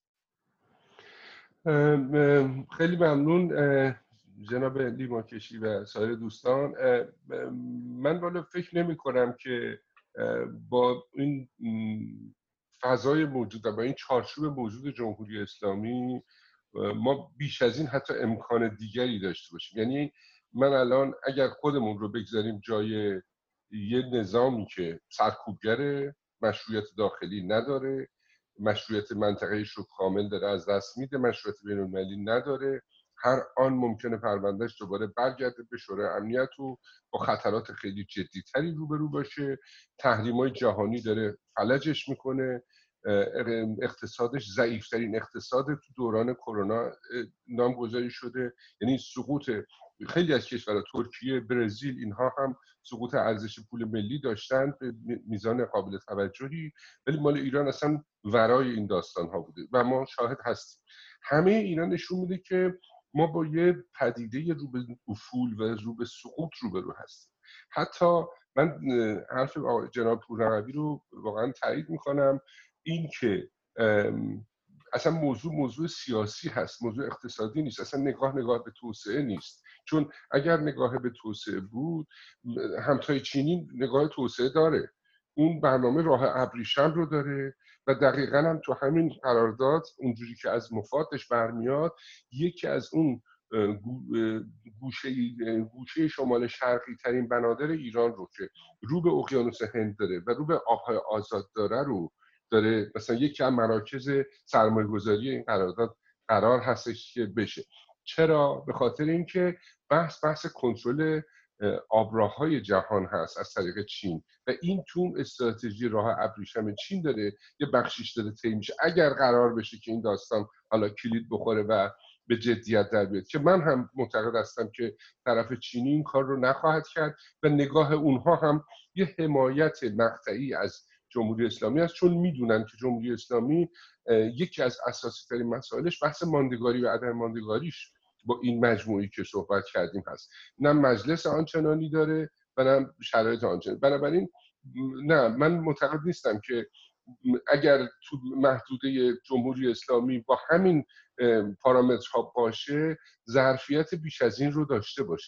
خیلی ممنون جناب لیماکشی و سایر دوستان. من والا فکر نمی کنم که با این فضای موجود و با این چارچوب موجود جمهوری اسلامی ما بیش از این حتی امکان دیگری داشته باشیم. یعنی من الان اگر خودمون رو بگذاریم جای یه نظامی که سرکوبگره، مشروعیت داخلی نداره، مشروعیت منطقه‌ایش رو کامل داره از دست میده، مشروعیت بین‌المللی نداره، هر آن ممکنه پروندهش دوباره برگرده به شورای امنیت و با خطرات خیلی جدی‌تری روبرو باشه، تحریم‌های جهانی داره فلجش میکنه، اقتصادش ضعیف‌ترین اقتصاد تو دوران کرونا نامگذاری شده. یعنی سقوط خیلی از کشورها، ترکیه، برزیل، اینها هم سقوط ارزش پول ملی داشتن به میزان قابل توجهی، ولی مال ایران اصلا ورای این داستان ها بوده و ما شاهد هستیم. همه اینا نشون میده که ما با یه پدیده رو به افول و رو به سقوط روبرو هستیم. حتی من حرف جناب پورنقوی رو واقعا تایید میکنم، این که اصلا موضوع سیاسی هست، موضوع اقتصادی نیست، اصلا نگاه به توسعه نیست. چون اگر نگاه به توسعه بود، همتای چینی نگاه توسعه داره، اون برنامه راه ابریشم رو داره و دقیقاً هم تو همین قرارداد اونجوری که از مفادش برمیاد، یکی از اون گوشه شمال شرقی ترین بنادر ایران رو که رو به اقیانوس هند داره و رو به آبهای آزاد داره مثلا یکی از مراکز سرمایه‌گذاری این قرارداد قرار هستش که بشه. چرا؟ به خاطر اینکه بحث کنترل آبراههای جهان هست از طریق چین و این تو استراتژی راه ابریشم چین داره یه بخشیش داره طی میشه. اگر قرار بشه که این داستان حالا کلید بخوره و به جدیت در بیاد، که من هم معتقد هستم که طرف چینی این کار رو نخواهد کرد و نگاه اونها هم یه حمایت مقطعی از جمهوری اسلامی است، چون میدونن که جمهوری اسلامی یکی از اساسی ترین مسائلش بحث ماندگاری و عدم ماندگاریش با این مجموعی که صحبت کردیم هست. نه مجلس آنچنانی داره و نه شرایط آنچنانی. بنابراین نه، من معتقد نیستم که اگر تو محدوده جمهوری اسلامی با همین پارامترها باشه ظرفیت بیش از این رو داشته باشه.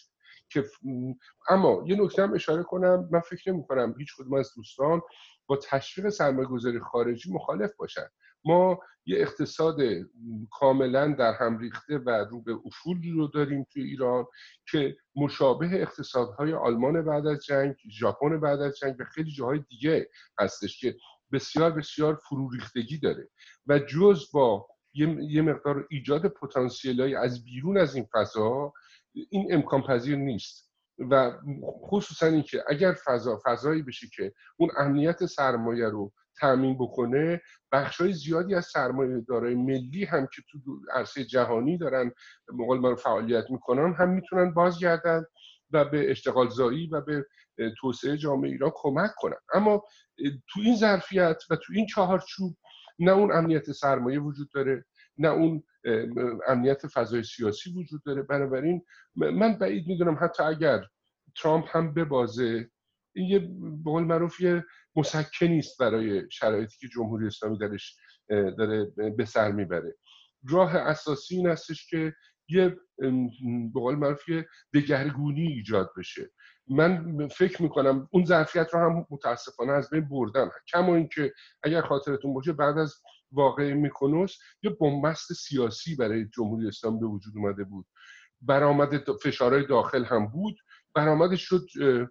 که اما یه نکته هم اشاره کنم، من فکر نمی‌کنم هیچ کدوم از دوستان با تشویق سرمایه‌گذاری خارجی مخالف باشن. ما یه اقتصاد کاملا در هم ریخته و رو به افول رو داریم توی ایران که مشابه اقتصادهای آلمان بعد از جنگ، ژاپن بعد از جنگ و خیلی جاهای دیگه هستش که بسیار بسیار فرو ریختگی داره و جز با یه مقدار ایجاد پتانسیل‌های از بیرون از این فضا این امکان پذیر نیست و خصوصا اینکه اگر فضایی بشه که اون امنیت سرمایه رو تامین بکنه، بخشای زیادی از سرمایه‌دارای ملی هم که تو عرصه جهانی دارن مقال ما فعالیت میکنن هم میتونن بازگردن و به اشتغال زایی و به توسعه جامعه ایران کمک کنن. اما تو این ظرفیت و تو این چهارچوب نه اون امنیت سرمایه وجود داره، نه اون امنیت فضای سیاسی وجود داره. بنابراین من بعید میدونم حتی اگر ترامپ هم ببازه، این یه به قول معروف یه مسکنی است برای شرایطی که جمهوری اسلامی درش داره به سر میبره. راه اساسی این هستش که یه به قول معروف یه دگرگونی ایجاد بشه. من فکر میکنم اون ظرفیت رو هم متاسفانه از بین بردن. کما اینکه اگر خاطرتون باشه بعد از واقعه میکنوس یه بنبست سیاسی برای جمهوری اسلامی به وجود اومده بود، برآمد فشارهای داخل هم بود، برآمدش شد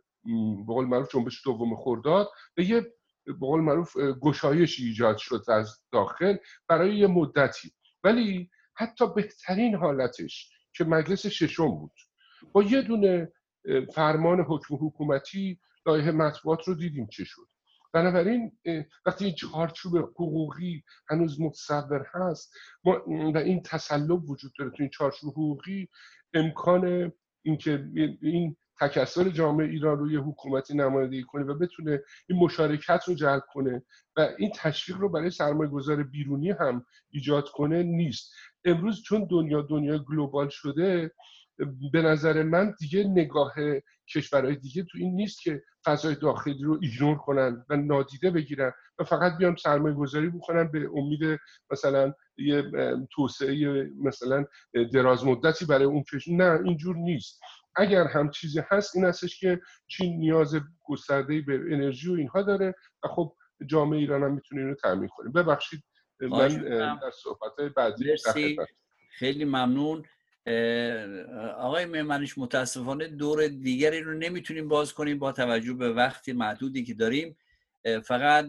به قول معروف جنبش دوم خرداد و یه به قول معروف گشایش ایجاد شد از داخل برای یه مدتی. ولی حتی بهترین حالتش که مجلس ششم بود با یه دونه فرمان حکم حکومتی لایحه مطبوعات رو دیدیم چه شد. بنابراین وقتی این چارچوب حقوقی هنوز متصور هست و این تسلب وجود داره تو این چارچوب حقوقی، امکان اینکه این تکثر جامعه ایران روی حکومتی نمایندگی کنه و بتونه این مشارکت رو جلب کنه و این تشویق رو برای سرمایه‌گذار بیرونی هم ایجاد کنه نیست. امروز چون دنیا گلوبال شده، به نظر من دیگه نگاه کشورهای دیگه تو این نیست که فضای داخلی رو ایگنور کنن و نادیده بگیرن و فقط بیان سرمایه گذاری بکنن به امید مثلا یه توسعه مثلا دراز مدتی برای اون کشور. نه، اینجور نیست. اگر هم چیزی هست این هستش که چین نیاز گسترده‌ای به انرژی و اینها داره و خب جامعه ایران هم میتونه اینو تامین کنه. ببخشید من در صحبت‌های بعدی خیلی ممنون. آقای مهمنش، متاسفانه دور دیگری رو نمیتونیم باز کنیم با توجه به وقت محدودی که داریم. فقط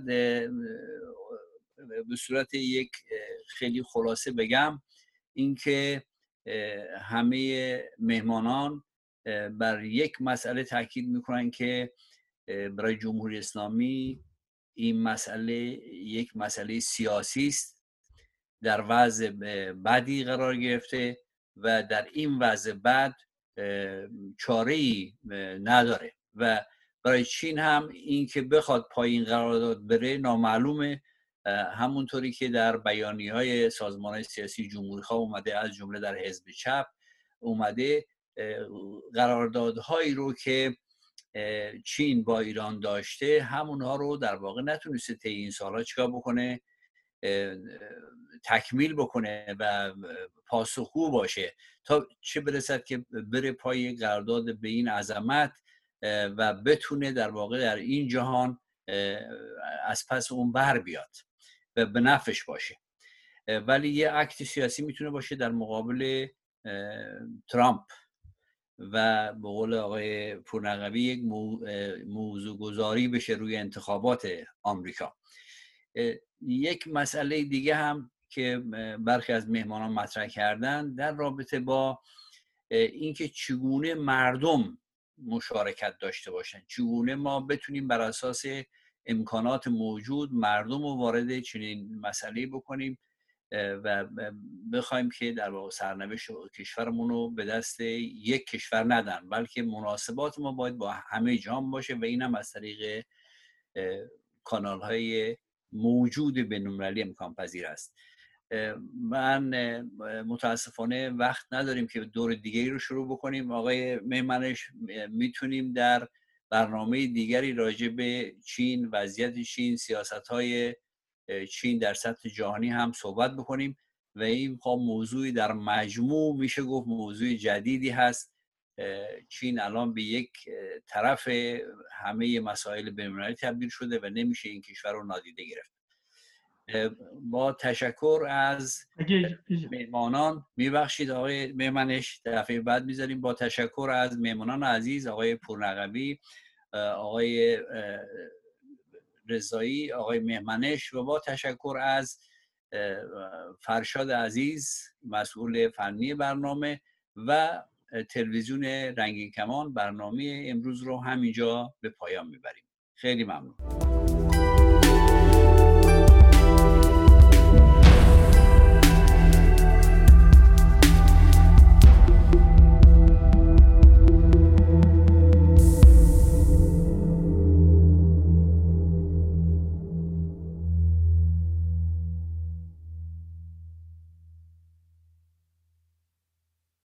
به صورت یک خیلی خلاصه بگم اینکه همه مهمانان بر یک مسئله تاکید میکنن که برای جمهوری اسلامی این مسئله یک مسئله سیاسی است، در وضع بدی قرار گرفته و در این وضع بد چاره‌ای نداره و برای چین هم این که بخواد پایین قرارداد بره نامعلومه. همونطوری که در بیانیه‌های سازمان‌های سیاسی جمهوری‌خواه اومده، از جمله در حزب چپ اومده، قراردادهایی رو که چین با ایران داشته همونها رو در واقع نتونسته طی این سال‌ها چیکار بکنه، تکمیل بکنه و پاسخگو باشه تا چه برسد که بره پای قرارداد به این عظمت و بتونه در واقع در این جهان از پس اون بر بیاد و به نفعش باشه. ولی یه اکت سیاسی میتونه باشه در مقابل ترامپ و به قول آقای پورنقوی یک موضوع گذاری بشه روی انتخابات آمریکا. یک مسئله دیگه هم که برخی از مهمانان مطرح کردن در رابطه با اینکه چگونه مردم مشارکت داشته باشن، چگونه ما بتونیم بر اساس امکانات موجود مردم رو وارد چنین مسئله بکنیم و بخوایم که در واقع سرنوشت کشورمون رو به دست یک کشور ندن، بلکه مناسبات ما باید با همه جهان باشه و این هم از طریق کانال های موجود بین‌المللی امکان پذیر است. من متاسفانه وقت نداریم که دور دیگری رو شروع بکنیم. آقای مهمنش، میتونیم در برنامه دیگری راجع به چین، وضعیت چین، سیاست‌های چین در سطح جهانی هم صحبت بکنیم و این موضوعی در مجموع میشه گفت موضوع جدیدی هست چین الان به یک طرف همه مسائل بین‌المللی تبدیل شده و نمیشه این کشور رو نادیده گرفت. با تشکر از مهمانان، میبخشید آقای مهمنش، دفعه بعد میذاریم. با تشکر از مهمانان عزیز، آقای پورنقوی، آقای رضایی، آقای مهمنش، و با تشکر از فرشاد عزیز مسئول فنی برنامه و تلویزیون رنگین کمان. برنامه امروز رو همینجا به پایان میبریم. خیلی ممنون.